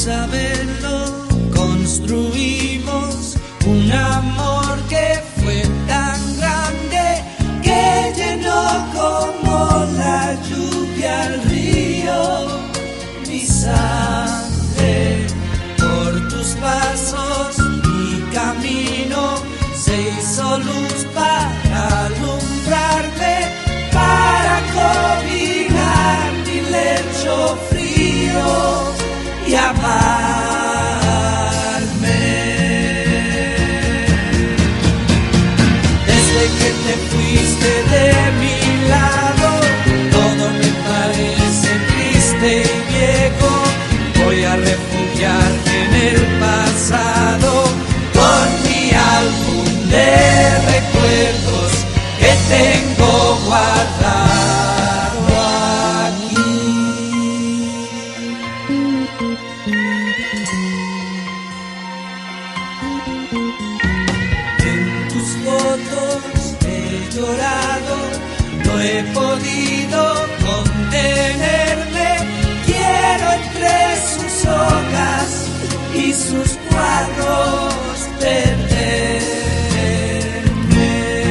saberlo, construimos un amor que fue tan grande que llenó como la lluvia al río. Mi sangre, por tus pasos, mi camino se hizo luz para alumbrarme, para cobijar mi lecho frío y amarme. Desde que te fuiste de mi lado, todo me parece triste y viejo. Voy a refugiarme en el pasado con mi álbum de recuerdos que tengo guardado aquí. En tus fotos he llorado, no he podido contenerme. Quiero entre sus hojas y sus cuadros perderme.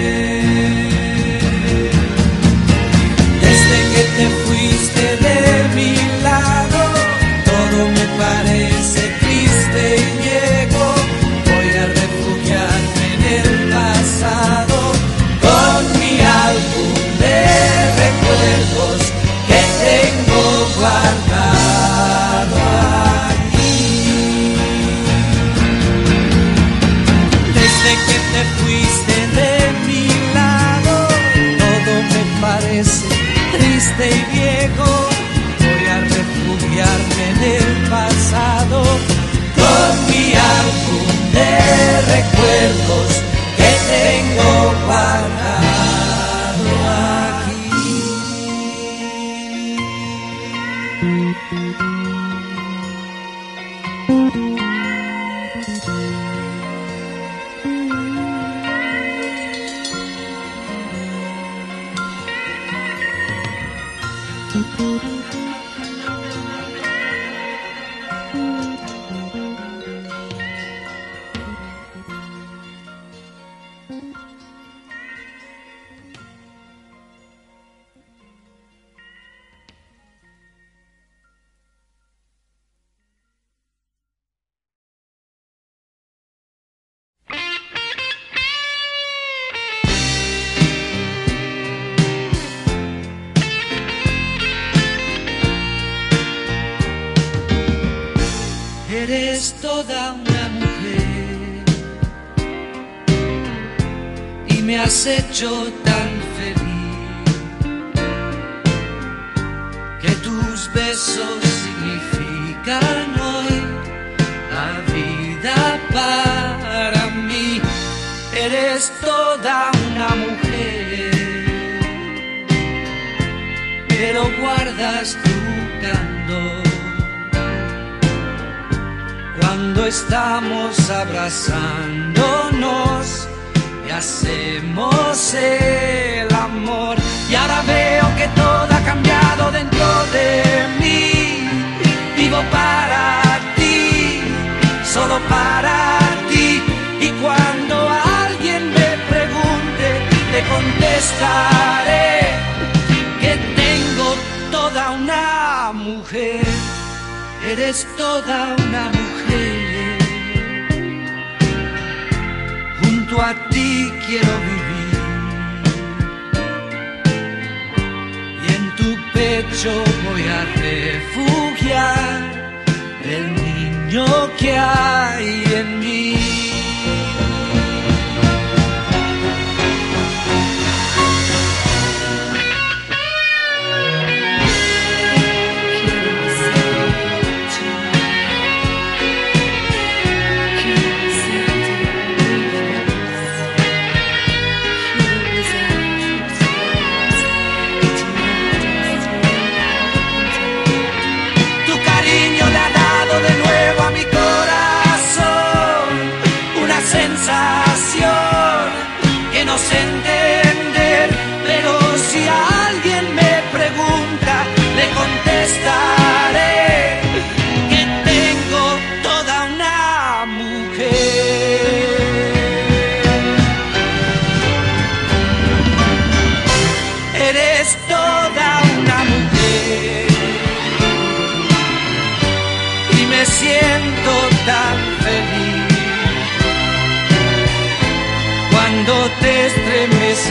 Desde que te fuiste de mi lado, todo me parece triste y viejo. Voy a refugiarme en el pasado con mi álbum de recuerdos que tengo guardado aquí. Desde que te fuiste de mi lado, todo me parece triste y viejo. Voy a refugiarme en el pasado con mi álbum de recuerdos que tengo guardado aquí. Eres toda una mujer y me has hecho tan feliz que tus besos significan hoy la vida para mí. Eres toda una mujer, pero guardas tu candor cuando estamos abrazándonos y hacemos el amor. Y ahora veo que todo ha cambiado dentro de mí. Vivo para ti, solo para ti. Y cuando alguien me pregunte, le contestaré que tengo toda una mujer. Eres toda una mujer, junto a ti quiero vivir, y en tu pecho voy a refugiar el niño que hay en mí. No sé entender, pero si alguien me pregunta, le contestaré que tengo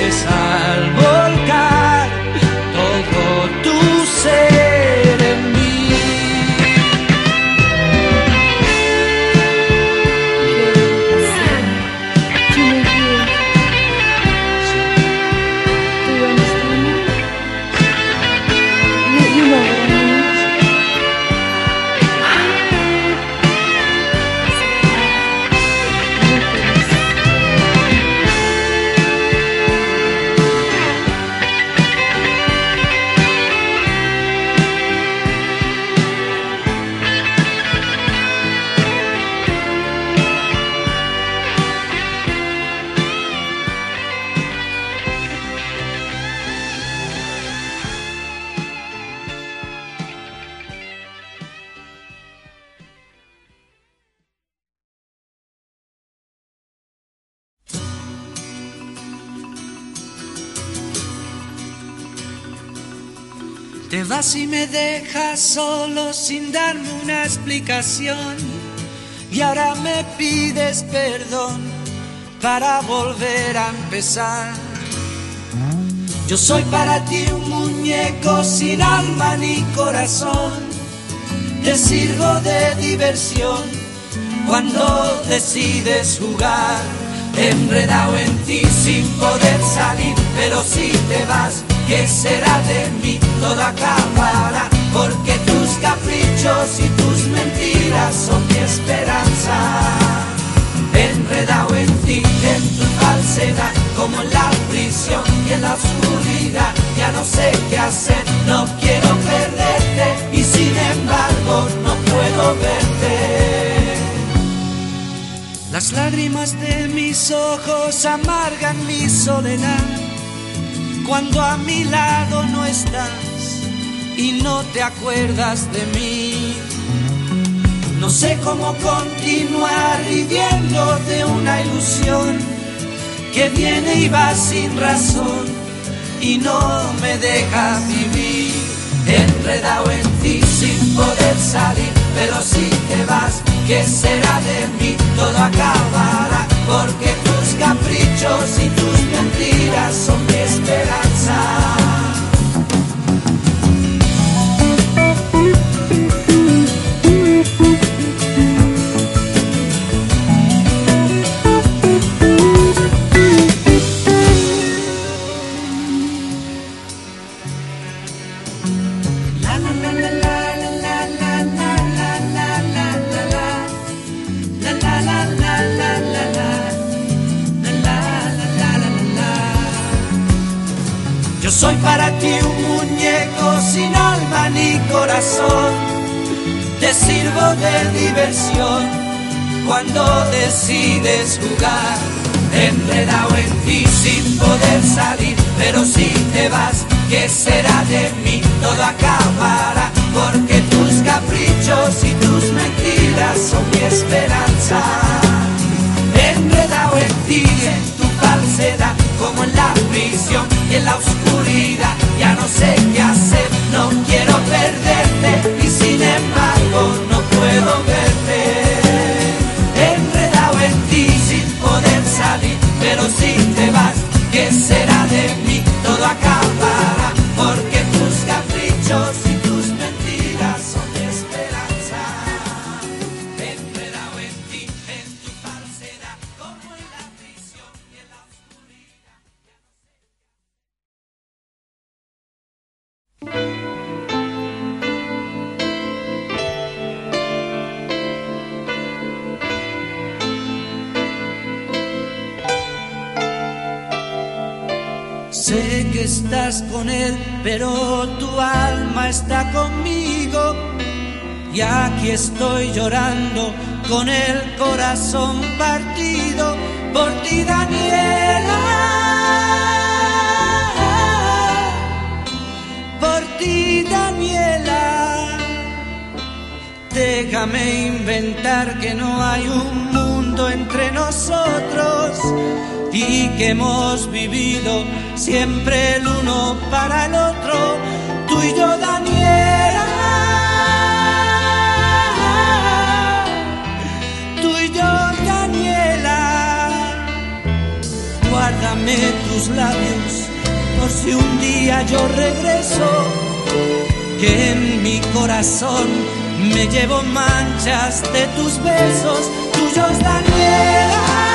veces al volcar todo tu ser en mí. Te vas y me dejas solo sin darme una explicación, y ahora me pides perdón para volver a empezar. Yo soy para ti un muñeco sin alma ni corazón, te sirvo de diversión cuando decides jugar. Enredado en ti sin poder salir, pero si te vas, ¿qué será de mí? Todo acabará, porque tus caprichos y tus mentiras son mi esperanza. Enredado en ti, en tu falsedad, como en la prisión y en la oscuridad, ya no sé qué hacer, no quiero perderte y sin embargo no puedo verte. Las lágrimas de mis ojos amargan mi soledad cuando a mi lado no estás y no te acuerdas de mí. No sé cómo continuar viviendo de una ilusión que viene y va sin razón y no me deja vivir. Enredado en ti sin poder salir, pero si te vas, ¿qué será de mí? Todo acabará, porque tus caprichos y tus mentiras son mi esperanza. Yo soy para ti un muñeco sin alma ni corazón, te sirvo de diversión cuando decides jugar. Enredado en ti sin poder salir, pero si te vas, ¿qué será de mí? Todo acabará, porque tus caprichos y tus mentiras son mi esperanza. Enredado en ti, en tu falsedad, como en la prisión y en la oscuridad, ya no sé qué hacer, no quiero perderte y sin embargo no puedo verte. Enredado en ti sin poder salir, pero si te vas, ¿qué será de mí? Todo acabará, porque tus caprichos y tus mentiras son mi esperanza. Enredado en ti, en tu falsedad, como en la prisión y en la oscuridad. Sé que estás con él, pero tu alma está conmigo. Y aquí estoy llorando con el corazón partido por ti, Daniela. Por ti, Daniela. Déjame inventar que no hay un mundo entre nosotros y que hemos vivido siempre el uno para el otro, tú y yo, Daniela, tú y yo, Daniela. guárdame tus labios por si un día yo regreso, que en mi corazón me llevo manchas de tus besos, tuyos Daniela.